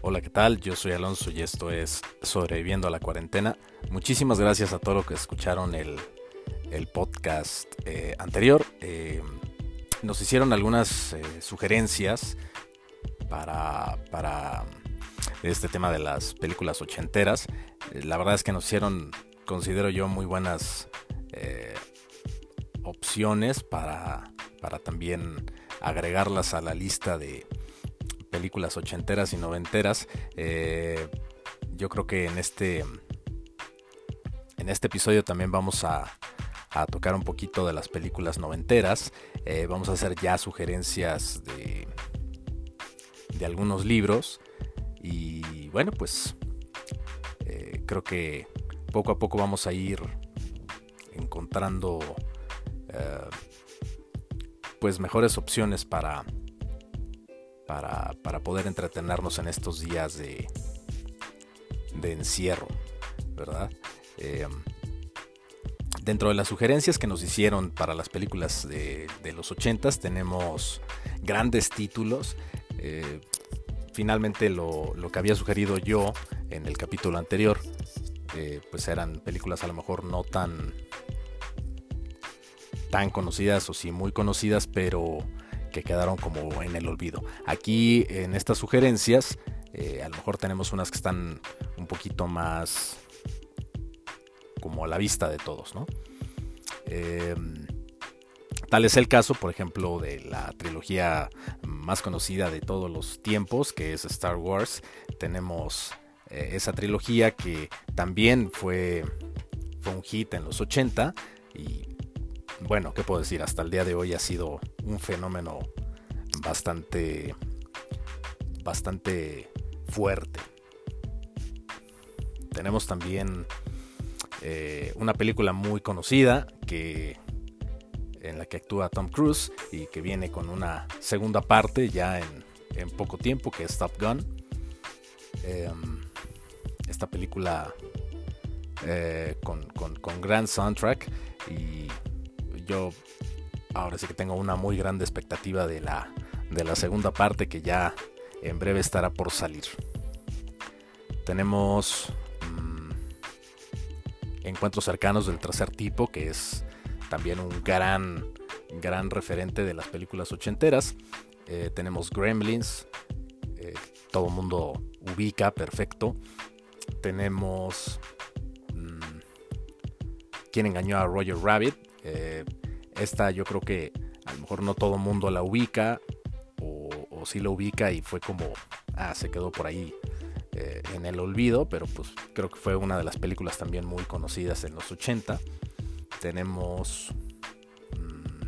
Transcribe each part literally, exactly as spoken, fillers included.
Hola, ¿qué tal? Yo soy Alonso y esto es Sobreviviendo a la Cuarentena. Muchísimas gracias a todos los que escucharon el, el podcast eh, anterior. Eh, nos hicieron algunas eh, sugerencias para, para este tema de las películas ochenteras. Eh, la verdad es que nos hicieron, considero yo, muy buenas eh, opciones para, para también agregarlas a la lista de películas ochenteras y noventeras. Eh, yo creo que en este en este episodio también vamos a, a tocar un poquito de las películas noventeras. Eh, vamos a hacer ya sugerencias de, de algunos libros. Y bueno, pues eh, creo que poco a poco vamos a ir encontrando eh, pues mejores opciones para Para, para poder entretenernos en estos días de, de encierro, ¿verdad? Eh, dentro de las sugerencias que nos hicieron para las películas de, de los ochentas tenemos grandes títulos. Eh, finalmente lo, lo que había sugerido yo en el capítulo anterior, eh, pues eran películas a lo mejor no tan, tan conocidas o sí muy conocidas, pero que quedaron como en el olvido. Aquí en estas sugerencias eh, a lo mejor tenemos unas que están un poquito más como a la vista de todos, ¿no? Eh, tal es el caso, por ejemplo, de la trilogía más conocida de todos los tiempos, que es Star Wars. Tenemos eh, esa trilogía que también fue, fue un hit en los ochenta y bueno, ¿qué puedo decir? Hasta el día de hoy ha sido un fenómeno bastante, bastante fuerte. Tenemos también eh, una película muy conocida que, en la que actúa Tom Cruise y que viene con una segunda parte ya en, en poco tiempo, que es Top Gun. Eh, esta película eh, con, con, con gran soundtrack, y yo ahora sí que tengo una muy grande expectativa de la, de la segunda parte, que ya en breve estará por salir. Tenemos mmm, Encuentros cercanos del tercer tipo, que es también un gran, gran referente de las películas ochenteras. Eh, tenemos Gremlins, eh, todo el mundo ubica perfecto. Tenemos mmm, ¿Quién engañó a Roger Rabbit? Eh, esta yo creo que a lo mejor no todo el mundo la ubica, o, o sí la ubica y fue como, ah, se quedó por ahí eh, en el olvido, pero pues creo que fue una de las películas también muy conocidas en los ochenta. Tenemos mmm,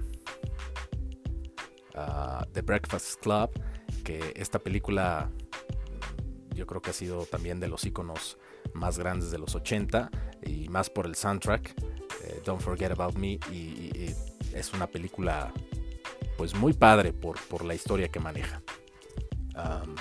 uh, The Breakfast Club, que esta película yo creo que ha sido también de los íconos más grandes de los ochenta, y más por el soundtrack, eh, Don't Forget About Me, y, y, y es una película pues muy padre por, por la historia que maneja. Um,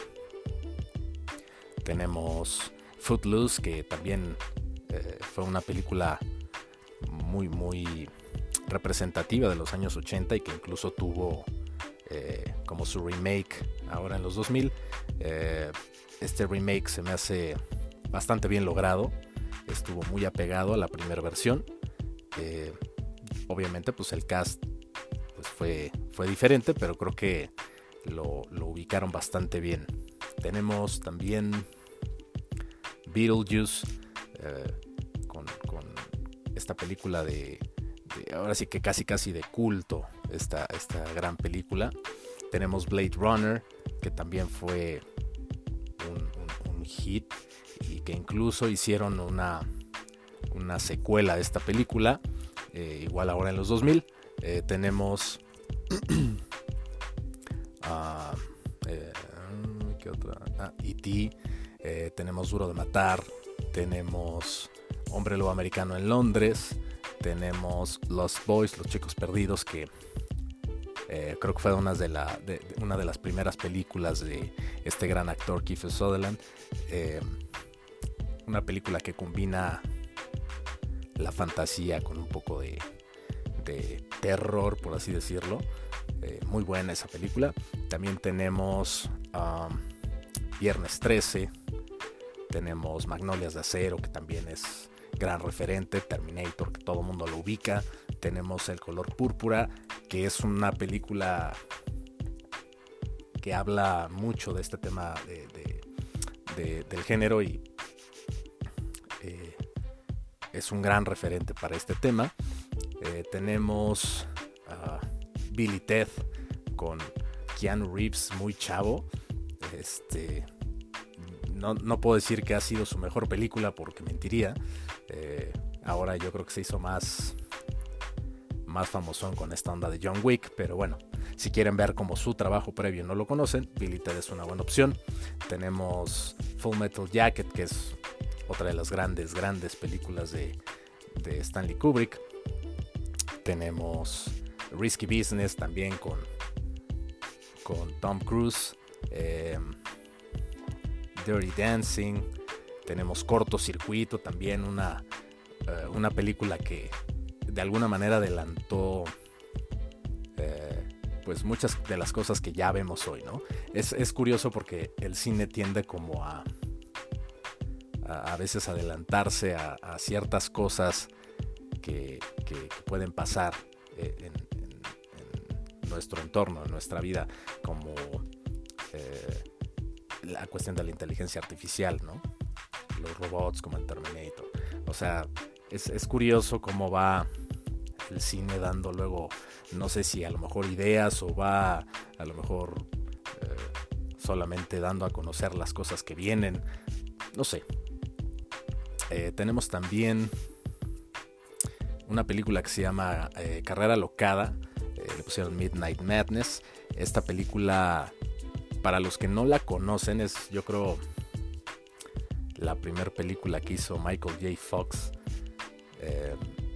tenemos Footloose, que también eh, fue una película muy muy representativa de los años ochenta y que incluso tuvo eh, como su remake ahora en los dos mil. Eh, este remake se me hace bastante bien logrado, estuvo muy apegado a la primera versión. Eh, obviamente pues el cast pues fue, fue diferente, pero creo que lo, lo ubicaron bastante bien. Tenemos también Beetlejuice, eh, con, con esta película de, de ahora sí que casi casi de culto, esta, esta gran película. Tenemos Blade Runner, que también fue un, un, un hit, y que incluso hicieron una, una secuela de esta película, eh, igual ahora en los dos mil. Eh, tenemos uh, eh, ¿qué otra? Ah, E T. Eh, tenemos Duro de Matar, tenemos Hombre Lobo Americano en Londres, tenemos Lost Boys, Los Chicos Perdidos, que eh, creo que fue una de, la, de, de una de las primeras películas de este gran actor Kiefer Sutherland. Eh, una película que combina la fantasía con un poco de, de terror, por así decirlo. Eh, muy buena esa película. También tenemos um, Viernes trece, tenemos Magnolias de Acero, que también es gran referente, Terminator, que todo el mundo lo ubica, tenemos El color púrpura, que es una película que habla mucho de este tema de, de, de, del género y eh, es un gran referente para este tema. Eh, tenemos uh, Bill y Ted con Keanu Reeves muy chavo. Este, no, no puedo decir que ha sido su mejor película porque mentiría. Eh, ahora yo creo que se hizo más, más famosón con esta onda de John Wick, pero bueno, si quieren ver como su trabajo previo no lo conocen, Bill y Ted es una buena opción. Tenemos Full Metal Jacket, que es otra de las grandes, grandes películas de, de Stanley Kubrick. Tenemos Risky Business también con, con Tom Cruise. Eh, Dirty Dancing. Tenemos Cortocircuito, también una, uh, una película que de alguna manera adelantó eh, pues muchas de las cosas que ya vemos hoy, ¿no? Es, es curioso porque el cine tiende como a a, a veces adelantarse a, a ciertas cosas que, que, que pueden pasar eh, en, en, en nuestro entorno, en nuestra vida, como eh, la cuestión de la inteligencia artificial, ¿no? Los robots como el Terminator. O sea, es, es curioso cómo va el cine dando luego, no sé si a lo mejor ideas o va a lo mejor eh, solamente dando a conocer las cosas que vienen, no sé. Eh, tenemos también una película que se llama eh, Carrera Locada, eh, le pusieron Midnight Madness. Esta película, para los que no la conocen, es yo creo la primera película que hizo Michael J. Fox. Eh,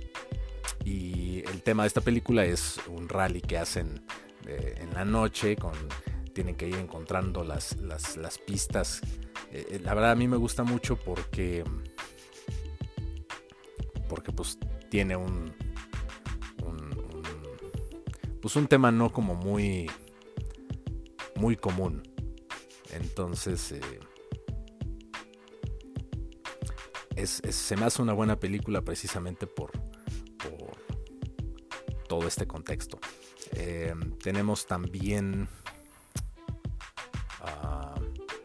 y el tema de esta película es un rally que hacen eh, en la noche, con, tienen que ir encontrando las, las, las pistas. Eh, la verdad a mí me gusta mucho porque porque pues tiene un, un, un pues un tema no como muy muy común. Entonces eh, es, es, se me hace una buena película precisamente por, por todo este contexto. Eh, tenemos también uh,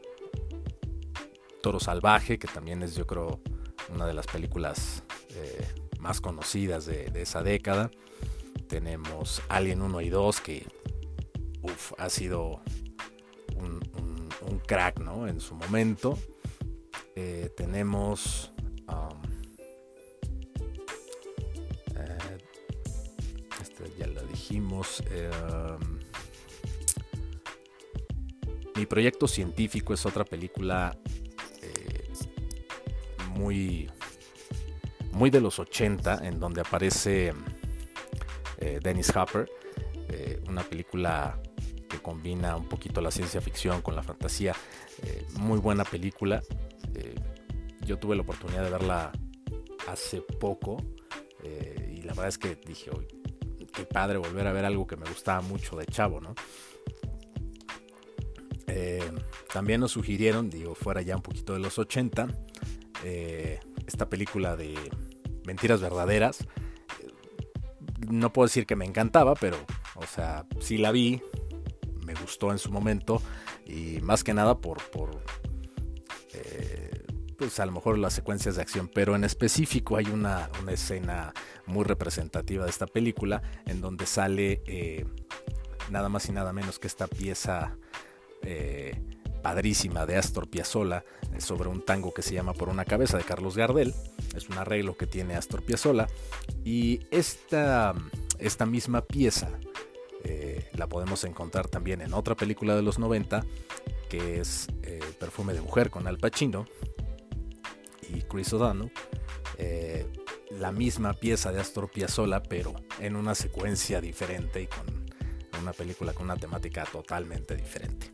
Toro Salvaje, que también es, yo creo, una de las películas eh, más conocidas de, de esa década. Tenemos Alien uno y dos, que uf, ha sido un, un, un crack, ¿no? En su momento. Eh, tenemos um, eh, esta ya la dijimos. Eh, Mi proyecto científico es otra película eh, muy muy de los ochenta, en donde aparece eh, Dennis Hopper, eh, una película que combina un poquito la ciencia ficción con la fantasía. Eh, muy buena película. Eh, yo tuve la oportunidad de verla hace poco eh, y la verdad es que dije, uy, qué padre volver a ver algo que me gustaba mucho de chavo, ¿no? Eh, también nos sugirieron, digo, fuera ya un poquito de los ochenta, eh, esta película de Mentiras Verdaderas. No puedo decir que me encantaba, pero, o sea, sí la vi, me gustó en su momento, y más que nada por, por eh, pues a lo mejor las secuencias de acción, pero en específico hay una, una escena muy representativa de esta película, en donde sale eh, nada más y nada menos que esta pieza eh, padrísima de Astor Piazzolla eh, sobre un tango que se llama Por una cabeza, de Carlos Gardel. Es un arreglo que tiene Astor Piazzolla, y esta, esta misma pieza eh, la podemos encontrar también en otra película de los noventa, que es eh, Perfume de Mujer, con Al Pacino y Chris O'Donnell. Eh, la misma pieza de Astor Piazzolla, pero en una secuencia diferente y con una película con una temática totalmente diferente.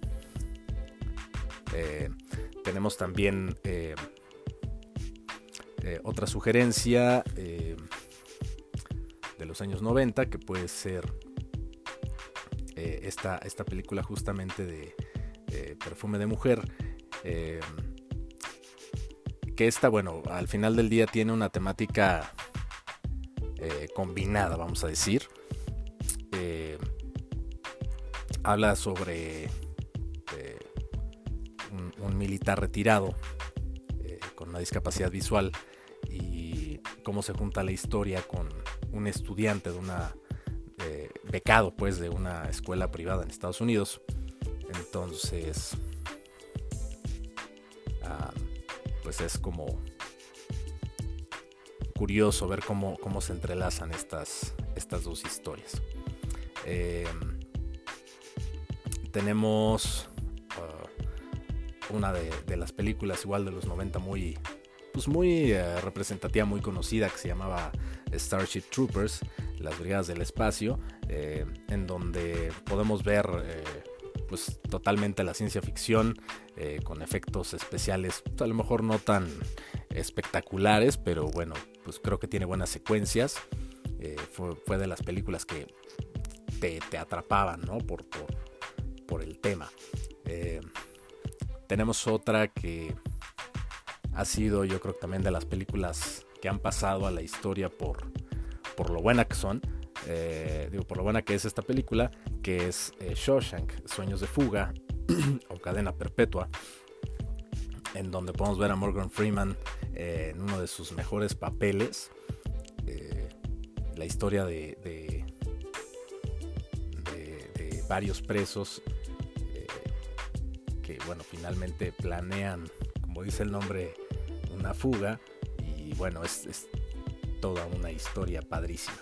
Eh, tenemos también eh, eh, otra sugerencia eh, de los años noventa, que puede ser eh, esta, esta película justamente de eh, Perfume de Mujer. Eh, que esta, bueno, al final del día tiene una temática eh, combinada, vamos a decir. Eh, habla sobre eh, un, un militar retirado eh, con una discapacidad visual y cómo se junta la historia con un estudiante de una eh, becado pues de una escuela privada en Estados Unidos. Entonces uh, pues es como curioso ver cómo, cómo se entrelazan estas, estas dos historias. Eh, tenemos uh, una de, de las películas igual de los noventa muy, pues muy uh, representativa, muy conocida, que se llamaba Starship Troopers, las brigadas del espacio, eh, en donde podemos ver eh, pues totalmente la ciencia ficción eh, con efectos especiales, pues, a lo mejor no tan espectaculares, pero bueno, pues creo que tiene buenas secuencias. Eh, fue, fue de las películas que te, te atrapaban, ¿no? por, por, por el tema. Eh, tenemos otra que ha sido, yo creo que también de las películas que han pasado a la historia por, por lo buena que son. Eh, digo, por lo buena que es esta película, que es eh, Shawshank, Sueños de Fuga o Cadena Perpetua, en donde podemos ver a Morgan Freeman eh, en uno de sus mejores papeles. Eh, la historia de, de, de, de varios presos eh, que, bueno, finalmente planean, como dice el nombre, una fuga, y bueno, es, es toda una historia padrísima.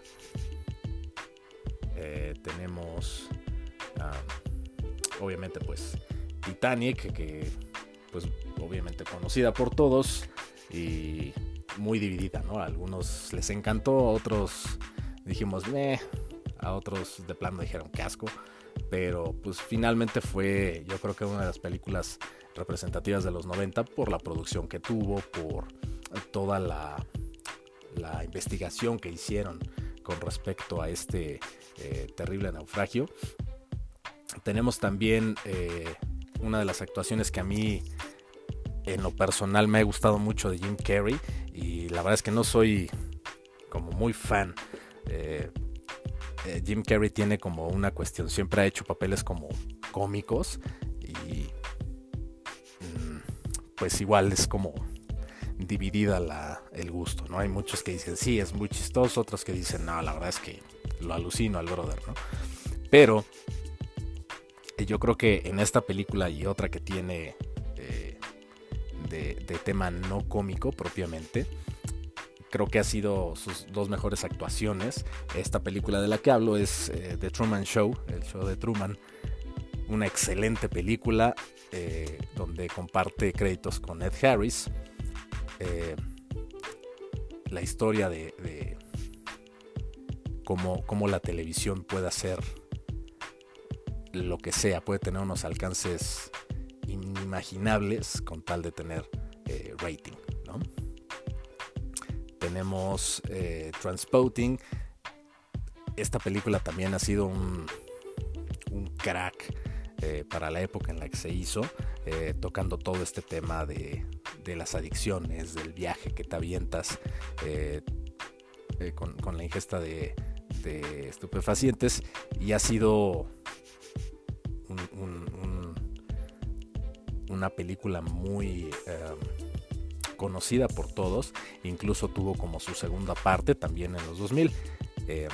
Eh, tenemos um, obviamente pues Titanic, que pues obviamente conocida por todos y muy dividida, ¿no? A algunos les encantó, a otros dijimos meh, a otros de plano dijeron qué asco, pero pues finalmente fue, yo creo que una de las películas representativas de los noventa por la producción que tuvo, por toda la, la investigación que hicieron con respecto a este eh, terrible naufragio. Tenemos también eh, una de las actuaciones que a mí en lo personal me ha gustado mucho de Jim Carrey, y la verdad es que no soy como muy fan. eh, eh, Jim Carrey tiene como una cuestión, siempre ha hecho papeles como cómicos y mm, pues igual es como dividida la, el gusto, ¿no? Hay muchos que dicen sí, es muy chistoso, otros que dicen no, la verdad es que lo alucino al brother, ¿no? Pero eh, yo creo que en esta película y otra que tiene eh, de, de tema no cómico propiamente, creo que ha sido sus dos mejores actuaciones. Esta película de la que hablo es eh, The Truman Show, el show de Truman, una excelente película eh, donde comparte créditos con Ed Harris. Eh, la historia de, de cómo, cómo la televisión puede hacer lo que sea, puede tener unos alcances inimaginables con tal de tener eh, rating, ¿no? Tenemos eh, Transpotting. Esta película también ha sido un, un crack eh, para la época en la que se hizo, eh, tocando todo este tema de de las adicciones, del viaje que te avientas eh, eh, con, con la ingesta de, de estupefacientes, y ha sido un, un, un, una película muy eh, conocida por todos, incluso tuvo como su segunda parte también en los dos mil, eh,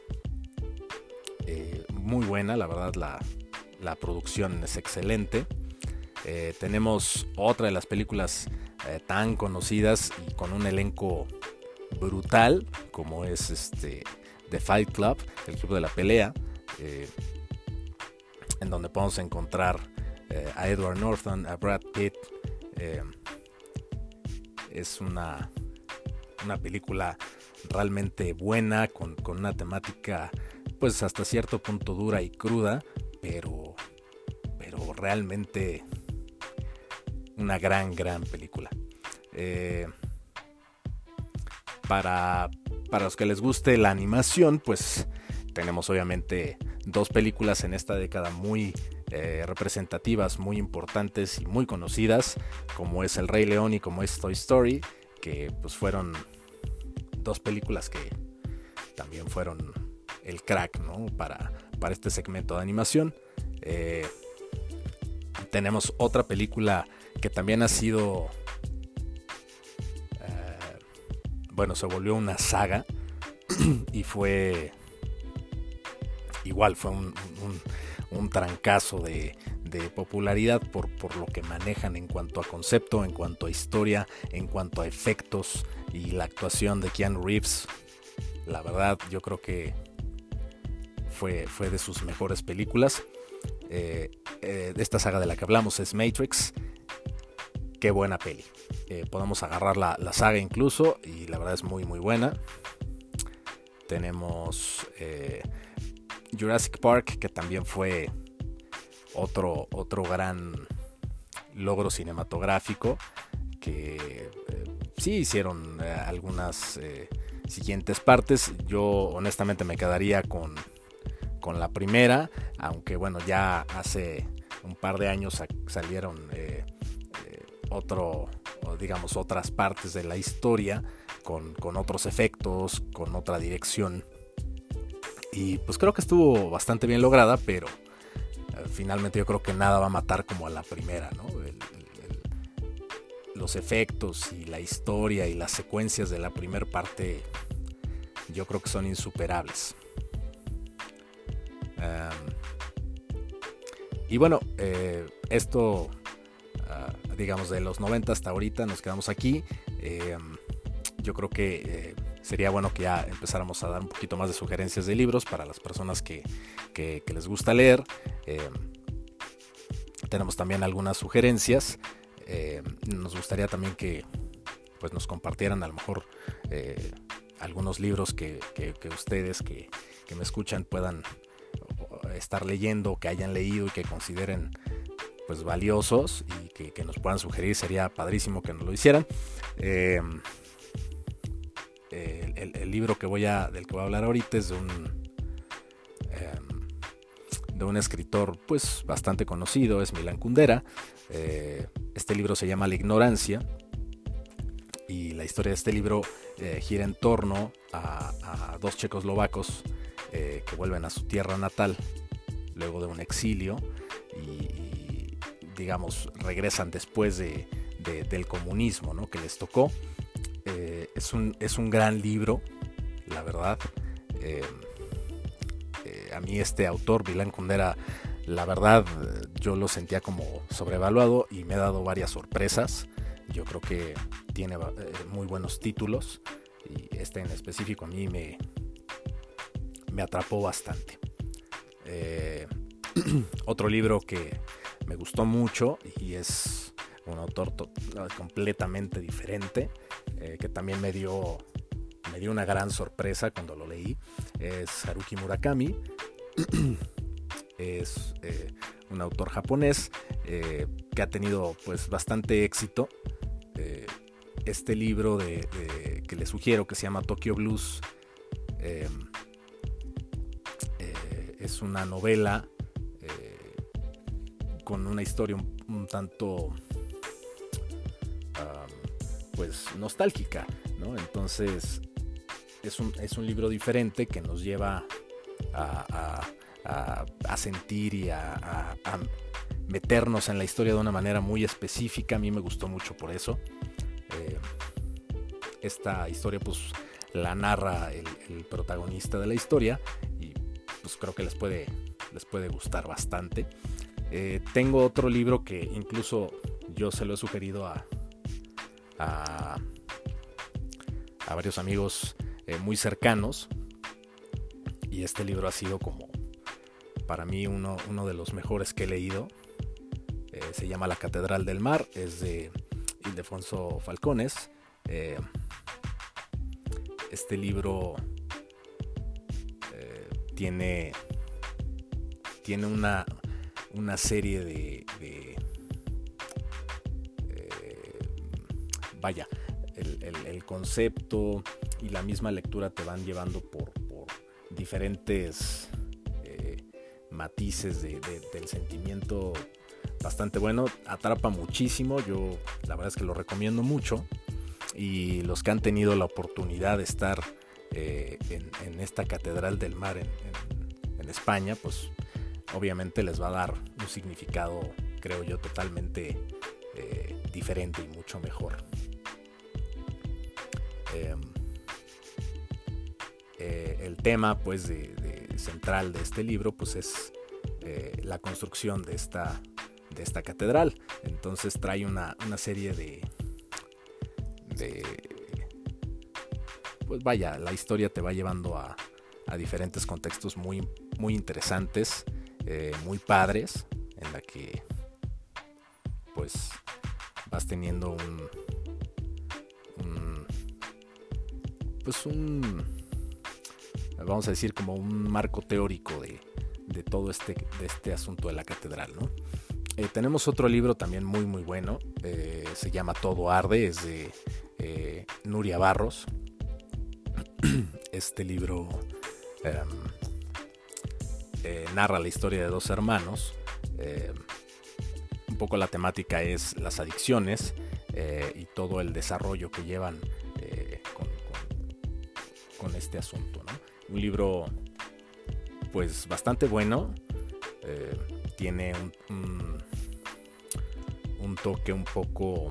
eh, muy buena, la verdad la, la producción es excelente. Eh, tenemos otra de las películas eh, tan conocidas y con un elenco brutal como es este The Fight Club, el club de la pelea, eh, en donde podemos encontrar eh, a Edward Norton, a Brad Pitt. Eh, es una, una película realmente buena, con, con una temática pues hasta cierto punto dura y cruda, pero, pero realmente una gran, gran película. Eh, para, para los que les guste la animación, pues tenemos obviamente dos películas en esta década muy eh, representativas muy importantes y muy conocidas, como es El Rey León y como es Toy Story, que pues fueron dos películas que también fueron el crack, ¿no? para, para este segmento de animación. Eh, tenemos otra película que también ha sido, eh, bueno, se volvió una saga y fue igual, fue un, un, un trancazo de, de popularidad por, por lo que manejan en cuanto a concepto, en cuanto a historia, en cuanto a efectos y la actuación de Keanu Reeves. La verdad, yo creo que fue, fue de sus mejores películas. Eh, eh, esta saga de la que hablamos es Matrix. Qué buena peli. Eh, podemos agarrar la, la saga incluso y la verdad es muy muy buena. Tenemos eh, Jurassic Park, que también fue otro, otro gran logro cinematográfico, que eh, sí hicieron eh, algunas eh, siguientes partes. Yo honestamente me quedaría con, con la primera, aunque bueno, ya hace un par de años salieron eh, eh, otro, digamos, otras partes de la historia con, con otros efectos, con otra dirección, y pues creo que estuvo bastante bien lograda, pero eh, finalmente yo creo que nada va a matar como a la primera, ¿no? El, el, el, los efectos y la historia y las secuencias de la primera parte yo creo que son insuperables. Um, y bueno, eh, esto uh, digamos de los noventa hasta ahorita nos quedamos aquí. eh, yo creo que eh, sería bueno que ya empezáramos a dar un poquito más de sugerencias de libros para las personas que, que, que les gusta leer. Eh, tenemos también algunas sugerencias. Eh, nos gustaría también que pues, nos compartieran a lo mejor eh, algunos libros que, que, que ustedes que, que me escuchan puedan estar leyendo, que hayan leído y que consideren pues valiosos y que, que nos puedan sugerir. Sería padrísimo que nos lo hicieran. Eh, El, el, el libro que voy a, del que voy a hablar ahorita es de un, eh, de un escritor pues bastante conocido, es Milan Kundera. Eh, este libro se llama La Ignorancia y la historia de este libro eh, gira en torno a, a dos checoslovacos eh, que vuelven a su tierra natal luego de un exilio y, y digamos regresan después de, de, del comunismo, ¿no? que les tocó. Eh, es, un, es un gran libro, la verdad. Eh, eh, a mí este autor, Milan Kundera, la verdad yo lo sentía como sobrevaluado y me ha dado varias sorpresas. Yo creo que tiene eh, muy buenos títulos y este en específico a mí me, me atrapó bastante. Eh, otro libro que me gustó mucho y es un autor to- completamente diferente, eh, que también me dio, me dio una gran sorpresa cuando lo leí, es Haruki Murakami. Es eh, un autor japonés eh, que ha tenido pues bastante éxito. Eh, este libro de, de, que les sugiero, que se llama Tokyo Blues, eh, eh, es una novela eh, con una historia un, un tanto pues nostálgica, ¿no? Entonces es un, es un libro diferente que nos lleva a, a, a, a sentir y a, a, a meternos en la historia de una manera muy específica. A mí me gustó mucho por eso. Eh, esta historia pues la narra el, el protagonista de la historia y pues creo que les puede, les puede gustar bastante. Eh, tengo otro libro que incluso yo se lo he sugerido a A, a varios amigos eh, muy cercanos y este libro ha sido como para mí uno, uno de los mejores que he leído. Eh, se llama La Catedral del Mar, es de Ildefonso Falcones. Eh, este libro eh, tiene tiene una, una serie de, de vaya, el, el, el concepto y la misma lectura te van llevando por, por diferentes eh, matices de, de, del sentimiento bastante bueno, atrapa muchísimo. Yo la verdad es que lo recomiendo mucho, y los que han tenido la oportunidad de estar eh, en, en esta Catedral del Mar en, en, en España, pues obviamente les va a dar un significado, creo yo, totalmente eh, diferente y mucho mejor. Eh, eh, el tema pues de, de central de este libro pues es eh, la construcción de esta, de esta catedral. Entonces trae una, una serie de, de pues vaya, la historia te va llevando a, a diferentes contextos muy, muy interesantes, eh, muy padres, en la que pues vas teniendo un, un pues un vamos a decir como un marco teórico de, de todo este, de este asunto de la catedral, ¿no? Eh, tenemos otro libro también muy muy bueno, eh, se llama Todo Arde, es de eh, Nuria Barros. Este libro eh, eh, narra la historia de dos hermanos. Eh, un poco la temática es las adicciones eh, y todo el desarrollo que llevan eh, con, con, con este asunto, ¿no? Un libro pues bastante bueno, eh, tiene un, un, un toque un poco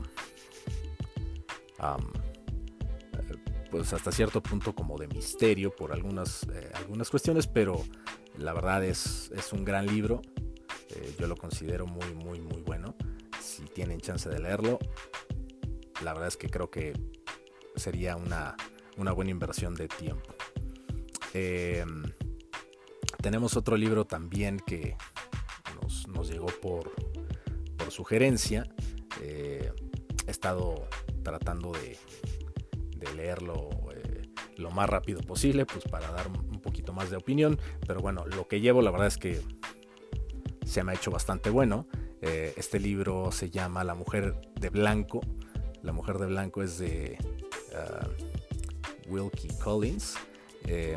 um, pues hasta cierto punto como de misterio por algunas, eh, algunas cuestiones, pero la verdad es, es un gran libro. Eh, yo lo considero muy muy muy bueno. Si tienen chance de leerlo, la verdad es que creo que sería una, una buena inversión de tiempo. Eh, tenemos otro libro también que nos, nos llegó por, por sugerencia. Eh, he estado tratando de, de leerlo eh, lo más rápido posible, pues para dar un poquito más de opinión, pero bueno, lo que llevo la verdad es que se me ha hecho bastante bueno. Eh, este libro se llama La Mujer de Blanco. La Mujer de Blanco es de uh, Wilkie Collins. Eh,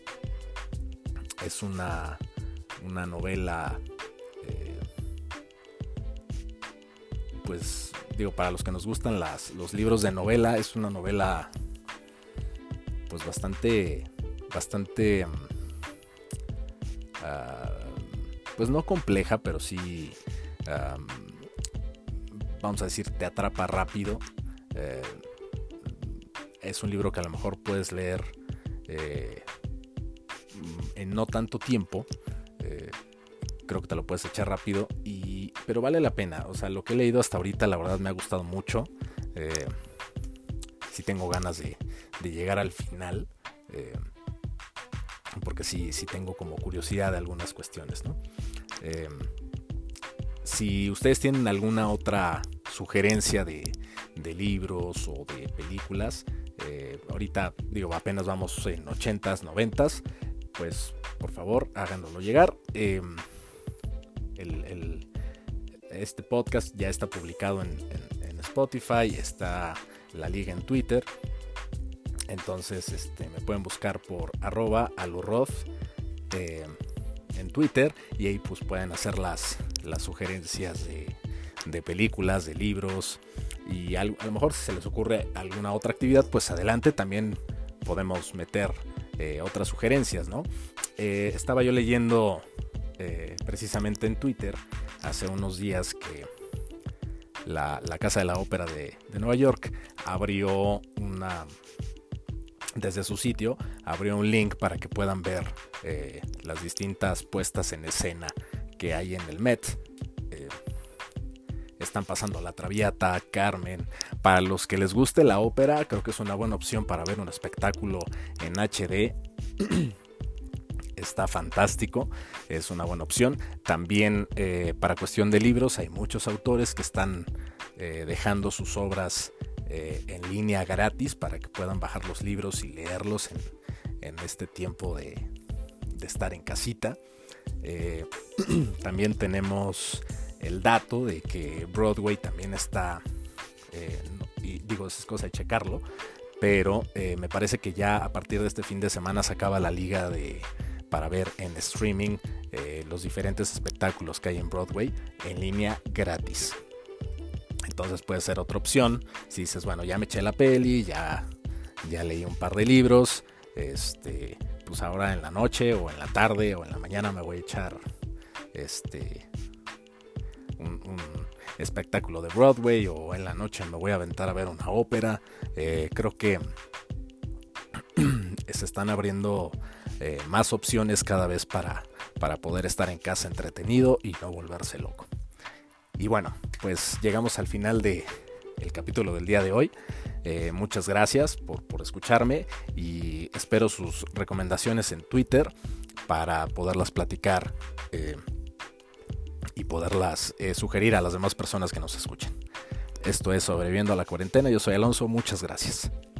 es una, una novela, eh, pues digo, para los que nos gustan las, los libros de novela, es una novela pues bastante, bastante, uh, pues no compleja, pero sí, um, vamos a decir, te atrapa rápido. Eh, es un libro que a lo mejor puedes leer eh, en no tanto tiempo. Eh, creo que te lo puedes echar rápido, y, pero vale la pena. O sea, lo que he leído hasta ahorita la verdad me ha gustado mucho. Eh, sí tengo ganas de, de llegar al final, eh, porque sí, sí tengo como curiosidad de algunas cuestiones, ¿no? Eh, si ustedes tienen alguna otra sugerencia de, de libros o de películas, eh, ahorita digo apenas vamos en ochentas, noventas, pues por favor háganoslo llegar. Eh, el, el, este podcast ya está publicado en, en, en Spotify, está la liga en Twitter, entonces este, me pueden buscar por arroba alurroz eh, en Twitter, y ahí pues pueden hacer las, las sugerencias de, de películas, de libros, y a, a lo mejor si se les ocurre alguna otra actividad, pues adelante, también podemos meter eh, otras sugerencias, ¿no? Eh, estaba yo leyendo eh, precisamente en Twitter hace unos días que la, la Casa de la Ópera de, de Nueva York abrió una, desde su sitio, abrió un link para que puedan ver eh, las distintas puestas en escena que hay en el Met. Eh, están pasando La Traviata, Carmen. Para los que les guste la ópera, creo que es una buena opción para ver un espectáculo en H D. Está fantástico, es una buena opción. También eh, para cuestión de libros, hay muchos autores que están eh, dejando sus obras eh, en línea gratis para que puedan bajar los libros y leerlos en, en este tiempo de, de estar en casita. Eh, también tenemos el dato de que Broadway también está, eh, y digo, es cosa de checarlo, pero eh, me parece que ya a partir de este fin de semana se acaba la liga de para ver en streaming eh, los diferentes espectáculos que hay en Broadway en línea gratis. Entonces puede ser otra opción si dices, bueno, ya me eché la peli, ya, ya leí un par de libros, este, pues ahora en la noche o en la tarde o en la mañana me voy a echar este un, un espectáculo de Broadway, o en la noche me voy a aventar a ver una ópera. Eh, creo que se están abriendo eh, más opciones cada vez para, para poder estar en casa entretenido y no volverse loco. Y bueno, pues llegamos al final de el capítulo del día de hoy. Eh, muchas gracias por, por escucharme y espero sus recomendaciones en Twitter para poderlas platicar eh, y poderlas eh, sugerir a las demás personas que nos escuchen. Esto es Sobreviviendo a la Cuarentena. Yo soy Alonso. Muchas gracias.